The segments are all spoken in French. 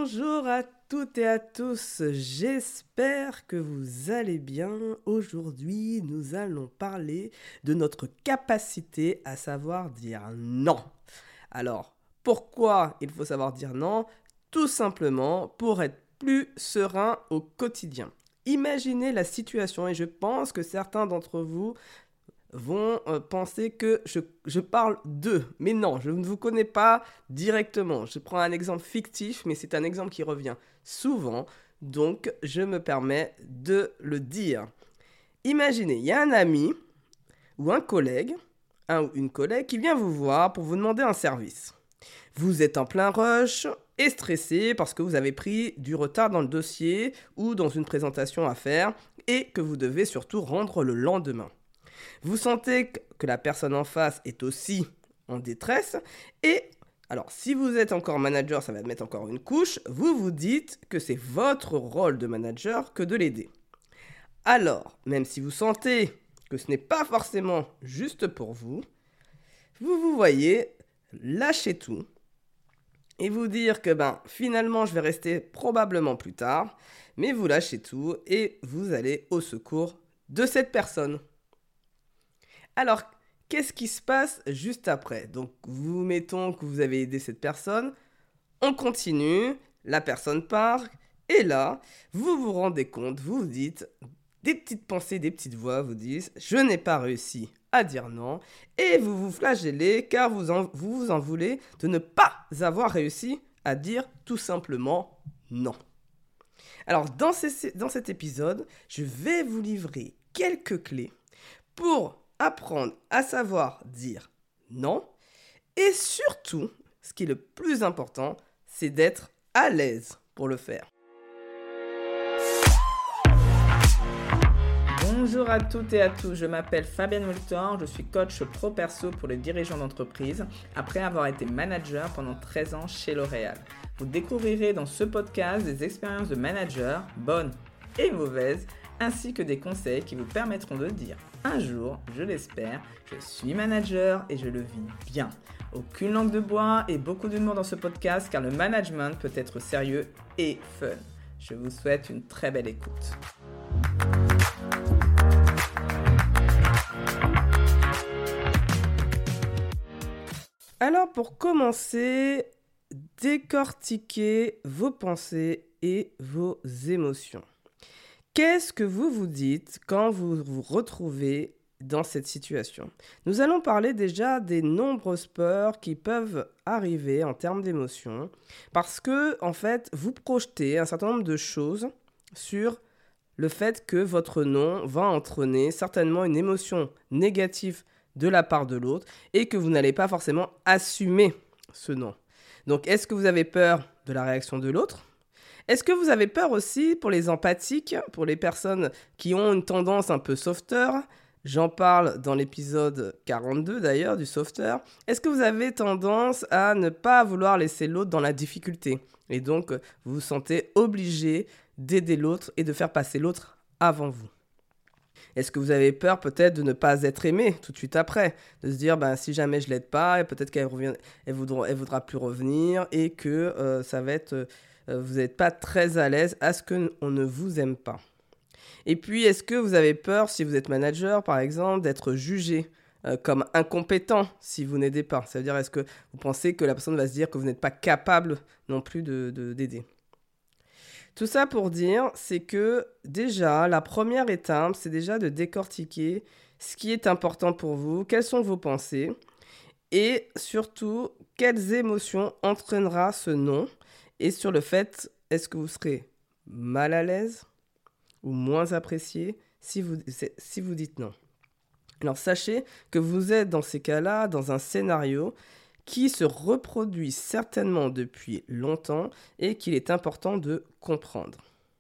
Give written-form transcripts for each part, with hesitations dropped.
Bonjour à toutes et à tous, j'espère que vous allez bien. Aujourd'hui, nous allons parler de notre capacité à savoir dire non. Alors, pourquoi il faut savoir dire non? Tout simplement pour être plus serein au quotidien. Imaginez la situation, et je pense que certains d'entre vous vont penser que je parle d'eux. Mais non, je ne vous connais pas directement. Je prends un exemple fictif, mais c'est un exemple qui revient souvent, donc je me permets de le dire. Imaginez, il y a un ami ou un ou une collègue qui vient vous voir pour vous demander un service. Vous êtes en plein rush et stressé parce que vous avez pris du retard dans le dossier ou dans une présentation à faire et que vous devez surtout rendre le lendemain. Vous sentez que la personne en face est aussi en détresse et alors si vous êtes encore manager, ça va mettre encore une couche, vous vous dites que c'est votre rôle de manager que de l'aider. Alors, même si vous sentez que ce n'est pas forcément juste pour vous, vous voyez lâcher tout et vous dire que finalement je vais rester probablement plus tard, mais vous lâchez tout et vous allez au secours de cette personne. Alors, qu'est-ce qui se passe juste après? Donc, mettons que vous avez aidé cette personne, on continue, la personne part, et là, vous vous rendez compte, vous vous dites, des petites pensées, des petites voix vous disent « Je n'ai pas réussi à dire non » et vous vous flagellez car vous vous en voulez de ne pas avoir réussi à dire tout simplement non. Alors, dans cet épisode, je vais vous livrer quelques clés pour apprendre à savoir dire non et surtout, ce qui est le plus important, c'est d'être à l'aise pour le faire. Bonjour à toutes et à tous, je m'appelle Fabienne Multor, je suis coach pro perso pour les dirigeants d'entreprise après avoir été manager pendant 13 ans chez L'Oréal. Vous découvrirez dans ce podcast des expériences de manager, bonnes et mauvaises, ainsi que des conseils qui vous permettront de dire un jour, je l'espère, je suis manager et je le vis bien. Aucune langue de bois et beaucoup d'humour dans ce podcast car le management peut être sérieux et fun. Je vous souhaite une très belle écoute. Alors pour commencer, décortiquez vos pensées et vos émotions. Qu'est-ce que vous vous dites quand vous vous retrouvez dans cette situation? Nous allons parler déjà des nombreuses peurs qui peuvent arriver en termes d'émotions parce que, en fait, vous projetez un certain nombre de choses sur le fait que votre non va entraîner certainement une émotion négative de la part de l'autre et que vous n'allez pas forcément assumer ce non. Donc, est-ce que vous avez peur de la réaction de l'autre ? Est-ce que vous avez peur aussi pour les empathiques, pour les personnes qui ont une tendance un peu softer? J'en parle dans l'épisode 42 d'ailleurs du softer. Est-ce que vous avez tendance à ne pas vouloir laisser l'autre dans la difficulté? Et donc, vous vous sentez obligé d'aider l'autre et de faire passer l'autre avant vous. Est-ce que vous avez peur peut-être de ne pas être aimé tout de suite après? De se dire, si jamais je l'aide pas, peut-être qu'elle voudra plus revenir et que ça va être... vous n'êtes pas très à l'aise à ce qu'on ne vous aime pas. Et puis, est-ce que vous avez peur, si vous êtes manager, par exemple, d'être jugé comme incompétent si vous n'aidez pas? Ça veut dire, est-ce que vous pensez que la personne va se dire que vous n'êtes pas capable non plus d'aider? Tout ça pour dire, c'est que déjà, la première étape, c'est déjà de décortiquer ce qui est important pour vous, quelles sont vos pensées, et surtout, quelles émotions entraînera ce non, et sur le fait, est-ce que vous serez mal à l'aise ou moins apprécié si vous dites non. Alors sachez que vous êtes dans ces cas-là dans un scénario qui se reproduit certainement depuis longtemps et qu'il est important de comprendre.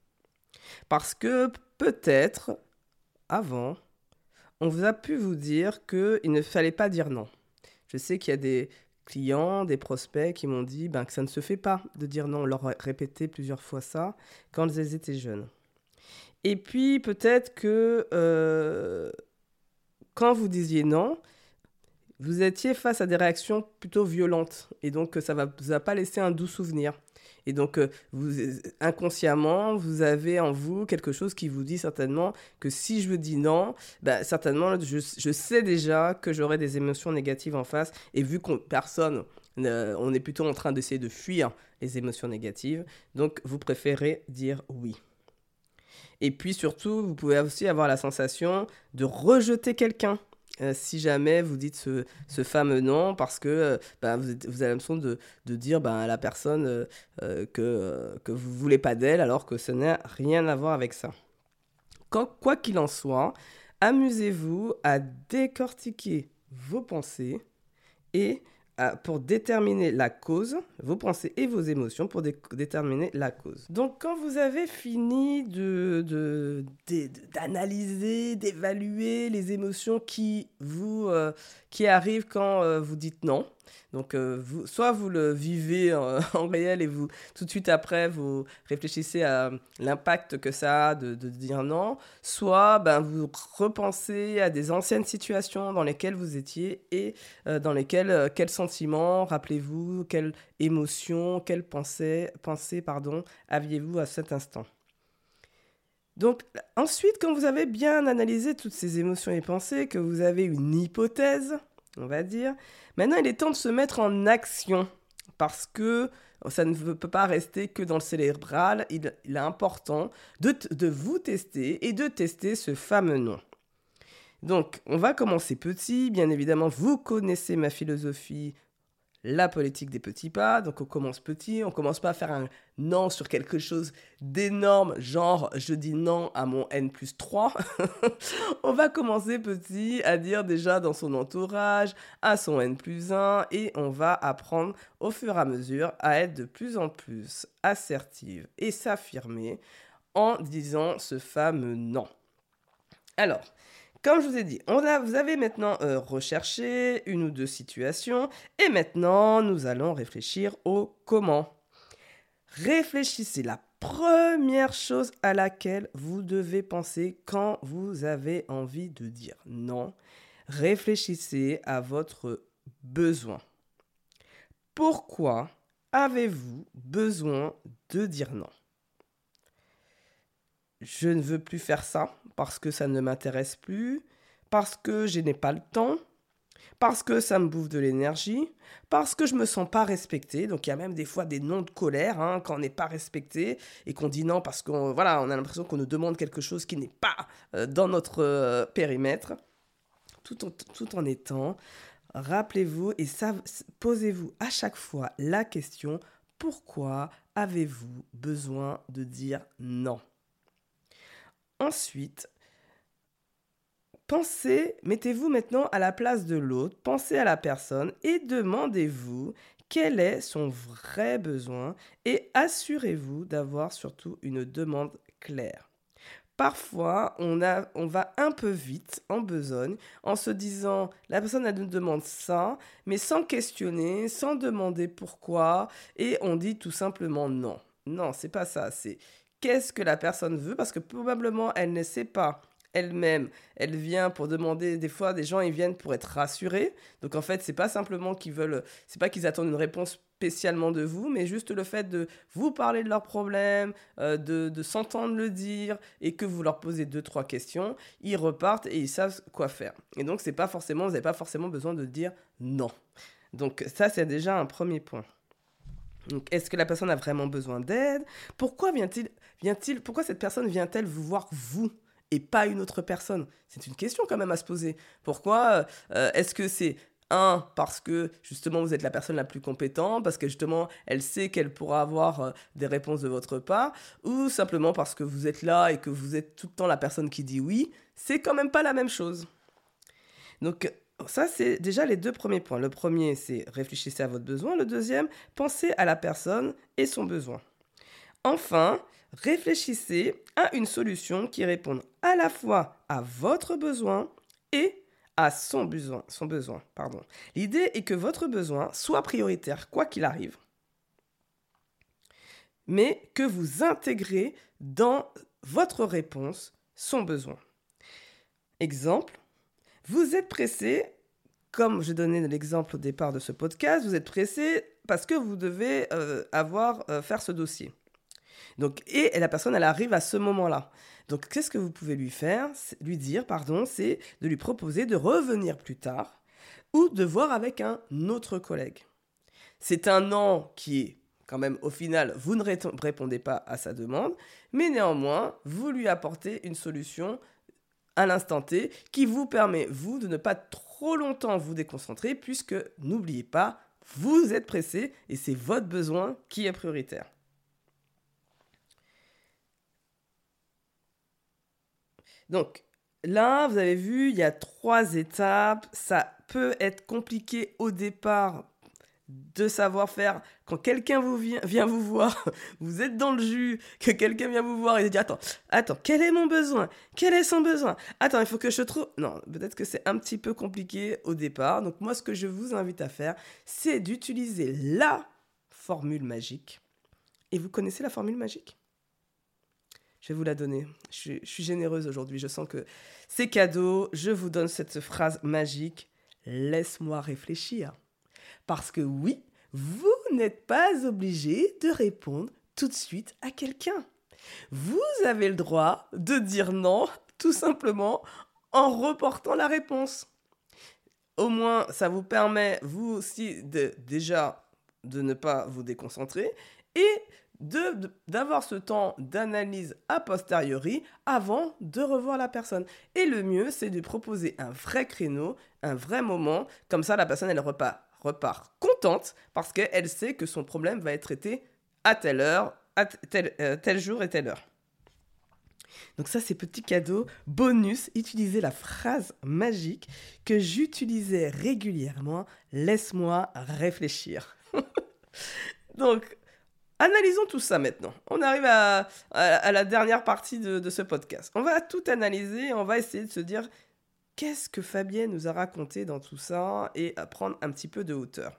Parce que peut-être, avant, on vous a pu vous dire qu'il ne fallait pas dire non. Je sais qu'il y a des clients, des prospects qui m'ont dit que ça ne se fait pas de dire non. On leur a répété plusieurs fois ça quand ils étaient jeunes. Et puis peut-être que quand vous disiez non, vous étiez face à des réactions plutôt violentes. Et donc ça ne vous a pas laissé un doux souvenir. Et donc, inconsciemment, vous avez en vous quelque chose qui vous dit certainement que si je dis non, certainement, je sais déjà que j'aurai des émotions négatives en face. Et vu qu'on on est plutôt en train d'essayer de fuir les émotions négatives, donc vous préférez dire oui. Et puis surtout, vous pouvez aussi avoir la sensation de rejeter quelqu'un. Si jamais vous dites ce fameux non, parce que vous avez l'impression de dire à la personne que vous ne voulez pas d'elle, alors que ça n'a rien à voir avec ça. Quoi qu'il en soit, amusez-vous à décortiquer vos pensées et pour déterminer la cause, vos pensées et vos émotions pour déterminer la cause. Donc, quand vous avez fini d'analyser, d'évaluer les émotions qui arrivent quand vous dites non, donc soit vous le vivez en réel et vous tout de suite après vous réfléchissez à l'impact que ça a de dire non, soit vous repensez à des anciennes situations dans lesquelles vous étiez et dans lesquelles quels sentiments, rappelez-vous, quelles émotions, quelles pensées aviez-vous à cet instant. Donc ensuite, quand vous avez bien analysé toutes ces émotions et pensées, que vous avez une hypothèse, on va dire, maintenant il est temps de se mettre en action parce que ça ne peut pas rester que dans le cérébral. Il est important de vous tester et de tester ce fameux non. Donc, on va commencer petit. Bien évidemment, vous connaissez ma philosophie, la politique des petits pas. Donc, on commence petit. On ne commence pas à faire un non sur quelque chose d'énorme, genre je dis non à mon N+3. On va commencer petit à dire déjà dans son entourage, à son N+1, et on va apprendre au fur et à mesure à être de plus en plus assertive et s'affirmer en disant ce fameux non. Alors, comme je vous ai dit, vous avez maintenant recherché une ou deux situations et maintenant nous allons réfléchir au comment. Réfléchissez, la première chose à laquelle vous devez penser quand vous avez envie de dire non. Réfléchissez à votre besoin. Pourquoi avez-vous besoin de dire non ? Je ne veux plus faire ça parce que ça ne m'intéresse plus, parce que je n'ai pas le temps, parce que ça me bouffe de l'énergie, parce que je ne me sens pas respectée. Donc il y a même des fois des noms de colère quand on n'est pas respecté et qu'on dit non parce qu'on a l'impression qu'on nous demande quelque chose qui n'est pas dans notre périmètre. Tout en étant, rappelez-vous et posez-vous à chaque fois la question, pourquoi avez-vous besoin de dire non ? Ensuite, mettez-vous maintenant à la place de l'autre, pensez à la personne et demandez-vous quel est son vrai besoin et assurez-vous d'avoir surtout une demande claire. Parfois, on va un peu vite en besogne en se disant la personne elle nous demande ça, mais sans questionner, sans demander pourquoi, et on dit tout simplement non. Non, c'est pas ça, c'est qu'est-ce que la personne veut, parce que probablement elle ne sait pas elle-même, elle vient pour demander, des fois des gens ils viennent pour être rassurés, donc en fait c'est pas simplement c'est pas qu'ils attendent une réponse spécialement de vous, mais juste le fait de vous parler de leurs problèmes, de s'entendre le dire, et que vous leur posez 2-3 questions, ils repartent et ils savent quoi faire. Et donc vous n'avez pas forcément besoin de dire non. Donc ça c'est déjà un premier point. Donc, est-ce que la personne a vraiment besoin d'aide ? Pourquoi pourquoi cette personne vient-elle vous voir vous et pas une autre personne ? C'est une question quand même à se poser. Pourquoi est-ce que c'est parce que justement vous êtes la personne la plus compétente, parce que justement elle sait qu'elle pourra avoir des réponses de votre part, ou simplement parce que vous êtes là et que vous êtes tout le temps la personne qui dit oui ? C'est quand même pas la même chose. Donc, ça, c'est déjà les 2 premiers points. Le premier, c'est réfléchissez à votre besoin. Le deuxième, pensez à la personne et son besoin. Enfin, réfléchissez à une solution qui réponde à la fois à votre besoin et à son besoin. L'idée est que votre besoin soit prioritaire, quoi qu'il arrive, mais que vous intégrez dans votre réponse son besoin. Exemple, vous êtes pressé, comme je donnais l'exemple au départ de ce podcast, vous êtes pressé parce que vous devez faire ce dossier. Donc, et la personne, elle arrive à ce moment-là. Donc, qu'est-ce que vous pouvez lui dire, c'est de lui proposer de revenir plus tard ou de voir avec un autre collègue. C'est un non qui est quand même, au final, vous ne répondez pas à sa demande, mais néanmoins, vous lui apportez une solution à l'instant T qui vous permet, vous, de ne pas trop longtemps vous déconcentrer puisque, n'oubliez pas, vous êtes pressé et c'est votre besoin qui est prioritaire. Donc, là, vous avez vu, il y a 3 étapes. Ça peut être compliqué au départ de savoir faire. Quand quelqu'un vient vous voir, vous êtes dans le jus, que quelqu'un vient vous voir et dit attends, quel est mon besoin? Quel est son besoin? Attends, il faut que je trouve... Non, peut-être que c'est un petit peu compliqué au départ. Donc moi, ce que je vous invite à faire, c'est d'utiliser la formule magique. Et vous connaissez la formule magique? Je vais vous la donner. Je suis généreuse aujourd'hui. Je sens que c'est cadeau. Je vous donne cette phrase magique. Laisse-moi réfléchir. Parce que oui, vous n'êtes pas obligé de répondre tout de suite à quelqu'un. Vous avez le droit de dire non, tout simplement, en reportant la réponse. Au moins, ça vous permet, vous aussi, déjà de ne pas vous déconcentrer et d'avoir ce temps d'analyse a posteriori avant de revoir la personne. Et le mieux, c'est de proposer un vrai créneau, un vrai moment. Comme ça, la personne, elle repart contente parce qu'elle sait que son problème va être traité à telle heure, à tel jour et telle heure. Donc ça, c'est petit cadeau bonus. Utilisez la phrase magique que j'utilisais régulièrement. Laisse-moi réfléchir. Donc, analysons tout ça maintenant. On arrive à la dernière partie de ce podcast. On va tout analyser et on va essayer de se dire qu'est-ce que Fabienne nous a raconté dans tout ça et à prendre un petit peu de hauteur.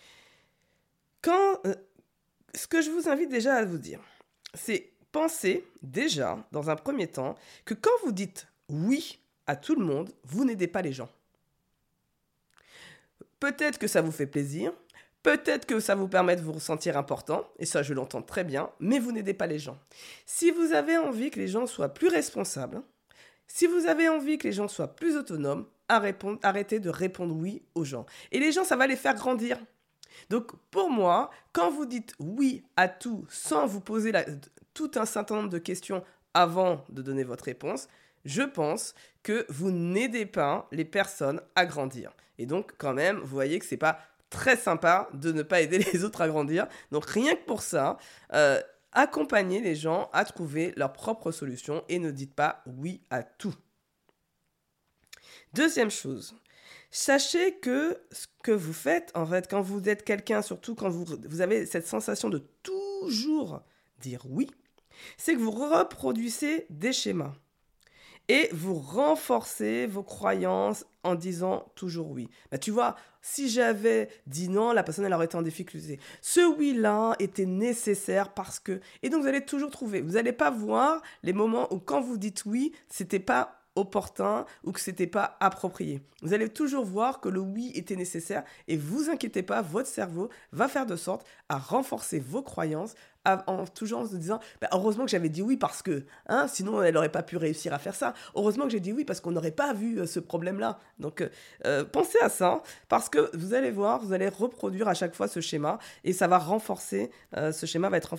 Ce que je vous invite déjà à vous dire, c'est penser déjà, dans un premier temps, que quand vous dites oui à tout le monde, vous n'aidez pas les gens. Peut-être que ça vous fait plaisir, peut-être que ça vous permet de vous sentir important, et ça je l'entends très bien, mais vous n'aidez pas les gens. Si vous avez envie que les gens soient plus responsables, si vous avez envie que les gens soient plus autonomes, arrêtez de répondre oui aux gens. Et les gens, ça va les faire grandir. Donc pour moi, quand vous dites oui à tout sans vous poser tout un certain nombre de questions avant de donner votre réponse, je pense que vous n'aidez pas les personnes à grandir. Et donc quand même, vous voyez que c'est pas très sympa de ne pas aider les autres à grandir. Donc rien que pour ça, accompagnez les gens à trouver leur propre solution et ne dites pas oui à tout. Deuxième chose, sachez que ce que vous faites, en fait, quand vous êtes quelqu'un, surtout quand vous avez cette sensation de toujours dire oui, c'est que vous reproduisez des schémas. Et vous renforcez vos croyances en disant toujours oui. Bah, tu vois, si j'avais dit non, la personne elle aurait été en difficulté. Ce oui-là était nécessaire parce que... Et donc vous allez toujours trouver. Vous n'allez pas voir les moments où quand vous dites oui, c'était pas opportun ou que c'était pas approprié. Vous allez toujours voir que le oui était nécessaire et vous inquiétez pas, votre cerveau va faire de sorte à renforcer vos croyances en toujours se disant heureusement que j'avais dit oui parce que sinon elle n'aurait pas pu réussir à faire ça. Heureusement que j'ai dit oui parce qu'on n'aurait pas vu ce problème-là. Donc pensez à ça parce que vous allez voir, vous allez reproduire à chaque fois ce schéma et ça va renforcer, ce schéma va être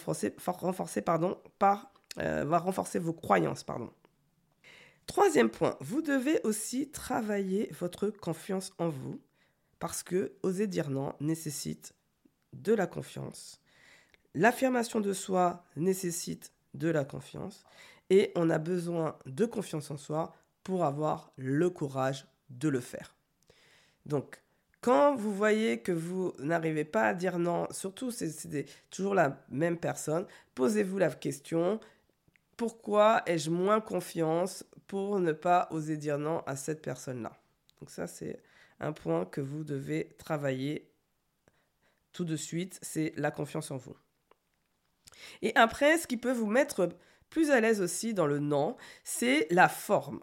va renforcer vos croyances. Troisième point, vous devez aussi travailler votre confiance en vous parce que oser dire non nécessite de la confiance. L'affirmation de soi nécessite de la confiance et on a besoin de confiance en soi pour avoir le courage de le faire. Donc, quand vous voyez que vous n'arrivez pas à dire non, surtout c'est toujours la même personne, posez-vous la question, pourquoi ai-je moins confiance pour ne pas oser dire non à cette personne-là? Donc ça, c'est un point que vous devez travailler tout de suite, c'est la confiance en vous. Et après, ce qui peut vous mettre plus à l'aise aussi dans le non, c'est la forme.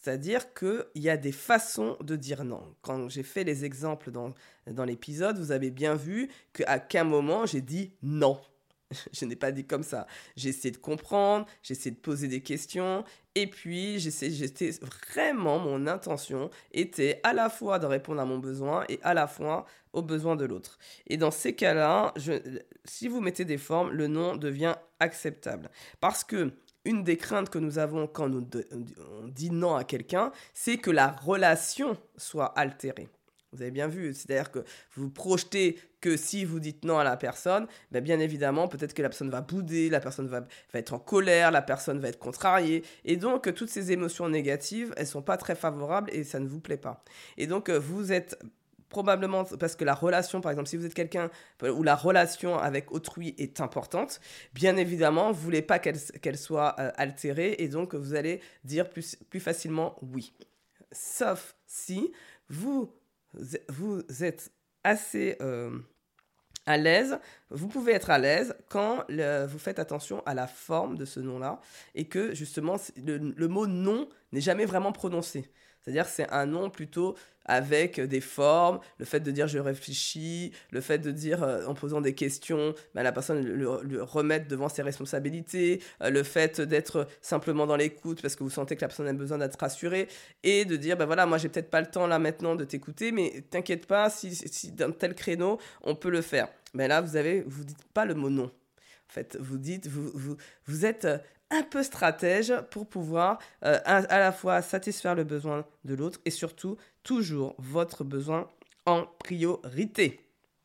C'est-à-dire qu'il y a des façons de dire non. Quand j'ai fait les exemples dans l'épisode, vous avez bien vu qu'à qu'un moment, j'ai dit non. Je n'ai pas dit comme ça. J'ai essayé de comprendre, j'ai essayé de poser des questions, et puis mon intention était à la fois de répondre à mon besoin et à la fois aux besoins de l'autre. Et dans ces cas-là, si vous mettez des formes, le non devient acceptable. Parce que une des craintes que nous avons quand on dit non à quelqu'un, c'est que la relation soit altérée. Vous avez bien vu, c'est-à-dire que vous projetez que si vous dites non à la personne, bien évidemment, peut-être que la personne va bouder, la personne va être en colère, la personne va être contrariée. Et donc, toutes ces émotions négatives, elles ne sont pas très favorables et ça ne vous plaît pas. Et donc, vous êtes probablement, parce que la relation, par exemple, si vous êtes quelqu'un où la relation avec autrui est importante, bien évidemment, vous ne voulez pas qu'elle soit altérée et donc vous allez dire plus facilement oui. Sauf si vous êtes assez à l'aise, vous pouvez être à l'aise quand vous faites attention à la forme de ce nom-là et que justement le mot non n'est jamais vraiment prononcé. C'est-à-dire que c'est un nom plutôt avec des formes, le fait de dire je réfléchis, le fait de dire en posant des questions, la personne le remettre devant ses responsabilités, le fait d'être simplement dans l'écoute parce que vous sentez que la personne a besoin d'être rassurée et de dire voilà, moi j'ai peut-être pas le temps là maintenant de t'écouter, mais t'inquiète pas, si dans tel créneau on peut le faire. Mais là vous dites pas le mot non. En fait, vous êtes un peu stratège pour pouvoir à la fois satisfaire le besoin de l'autre et surtout toujours votre besoin en priorité.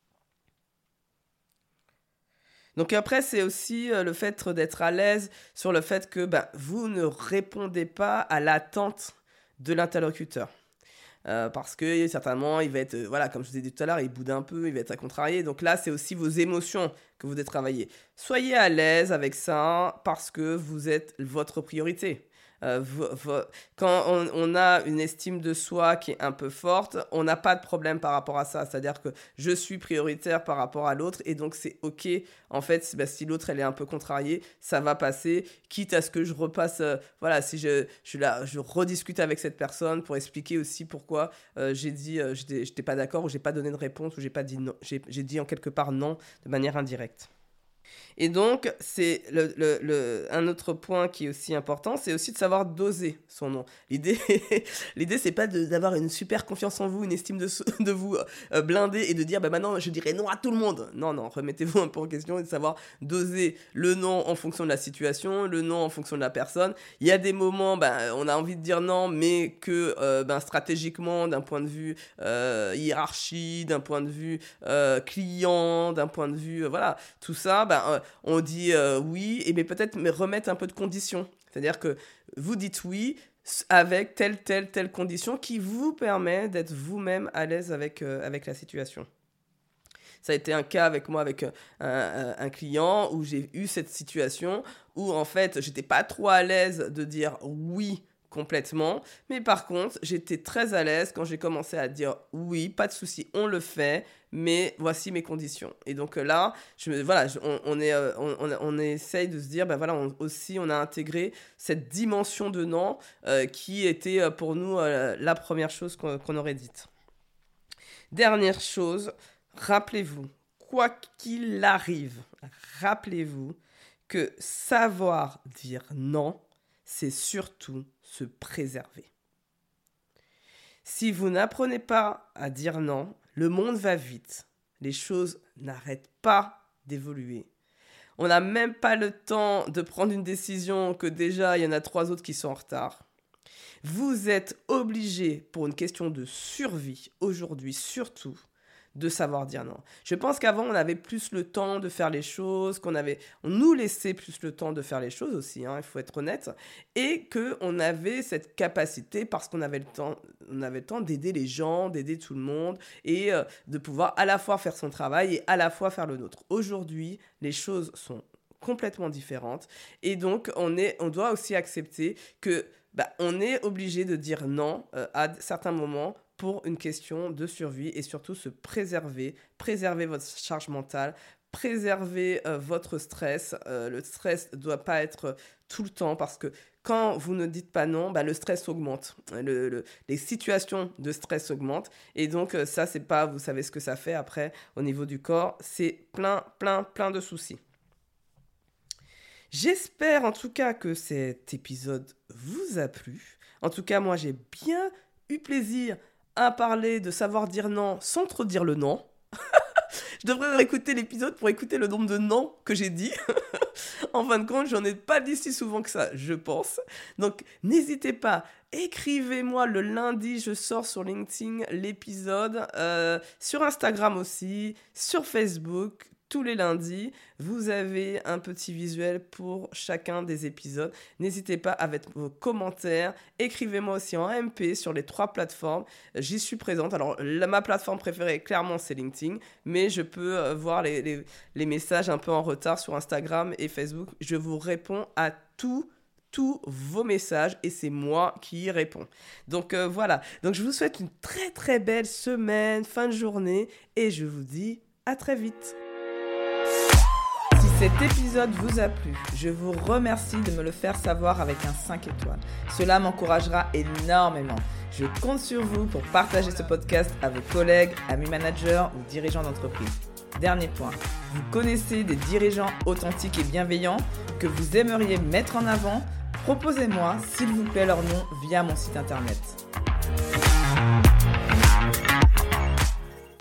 Donc après, c'est aussi le fait d'être à l'aise sur le fait que vous ne répondez pas à l'attente de l'interlocuteur. Parce que certainement il va être, comme je vous ai dit tout à l'heure, il boude un peu, il va être contrarié. Donc là, c'est aussi vos émotions que vous devez travailler. Soyez à l'aise avec ça parce que vous êtes votre priorité. Quand on a une estime de soi qui est un peu forte, on n'a pas de problème par rapport à ça. C'est-à-dire que je suis prioritaire par rapport à l'autre et donc c'est ok. En fait, si l'autre elle est un peu contrariée, ça va passer, quitte à ce que je repasse, si je rediscute avec cette personne pour expliquer aussi pourquoi j'ai dit j'étais pas d'accord ou j'ai pas donné de réponse ou j'ai pas dit non, j'ai dit en quelque part non de manière indirecte. Et donc, c'est un autre point qui est aussi important, c'est aussi de savoir doser son nom. L'idée, c'est pas d'avoir une super confiance en vous, une estime de vous blindée et de dire, maintenant, je dirais non à tout le monde. Non, remettez-vous un peu en question et de savoir doser le non en fonction de la situation, le non en fonction de la personne. Il y a des moments, on a envie de dire non, mais que stratégiquement, d'un point de vue hiérarchie, d'un point de vue client, d'un point de vue, tout ça, on dit oui, et peut-être remettre un peu de conditions. C'est-à-dire que vous dites oui avec telle condition qui vous permet d'être vous-même à l'aise avec la situation. Ça a été un cas avec moi, avec un client, où j'ai eu cette situation où en fait, j'étais pas trop à l'aise de dire oui complètement, mais par contre, j'étais très à l'aise quand j'ai commencé à dire oui, pas de souci, on le fait, mais voici mes conditions. Et donc là, on essaye de se dire, on a intégré cette dimension de non qui était pour nous la première chose qu'on aurait dite. Dernière chose, rappelez-vous, quoi qu'il arrive, rappelez-vous que savoir dire non, c'est surtout se préserver. Si vous n'apprenez pas à dire non, le monde va vite. Les choses n'arrêtent pas d'évoluer. On n'a même pas le temps de prendre une décision que déjà il y en a 3 autres qui sont en retard. Vous êtes obligé, pour une question de survie, aujourd'hui surtout, de savoir dire non. Je pense qu'avant, on avait plus le temps de faire les choses, on nous laissait plus le temps de faire les choses aussi, il faut être honnête, et qu'on avait cette capacité, parce qu'on avait le temps d'aider les gens, d'aider tout le monde, et de pouvoir à la fois faire son travail et à la fois faire le nôtre. Aujourd'hui, les choses sont complètement différentes, et donc on doit aussi accepter que on est obligé de dire non à certains moments pour une question de survie et surtout se préserver votre charge mentale préserver votre stress. Le stress ne doit pas être tout le temps parce que quand vous ne dites pas non, le stress augmente. Les situations de stress augmentent. Et donc, ça, c'est pas, vous savez ce que ça fait après au niveau du corps. C'est plein de soucis. J'espère en tout cas que cet épisode vous a plu. En tout cas, moi, j'ai bien eu plaisir à parler de savoir dire non sans trop dire le non. Je devrais réécouter l'épisode pour écouter le nombre de non que j'ai dit. En fin de compte, j'en ai pas dit si souvent que ça, je pense. Donc, n'hésitez pas, écrivez-moi le lundi, je sors sur LinkedIn l'épisode, sur Instagram aussi, sur Facebook. Tous les lundis, vous avez un petit visuel pour chacun des épisodes. N'hésitez pas avec vos commentaires. Écrivez-moi aussi en MP sur les 3 plateformes. J'y suis présente. Alors, ma plateforme préférée, clairement, c'est LinkedIn. Mais je peux voir les messages un peu en retard sur Instagram et Facebook. Je vous réponds à tous vos messages et c'est moi qui y réponds. Donc voilà. Donc, je vous souhaite une très belle semaine, fin de journée. Et je vous dis à très vite. Si cet épisode vous a plu, je vous remercie de me le faire savoir avec un 5 étoiles. Cela m'encouragera énormément. Je compte sur vous pour partager ce podcast à vos collègues, amis managers ou dirigeants d'entreprise. Dernier point, vous connaissez des dirigeants authentiques et bienveillants que vous aimeriez mettre en avant ? Proposez-moi, s'il vous plaît, leur nom via mon site internet.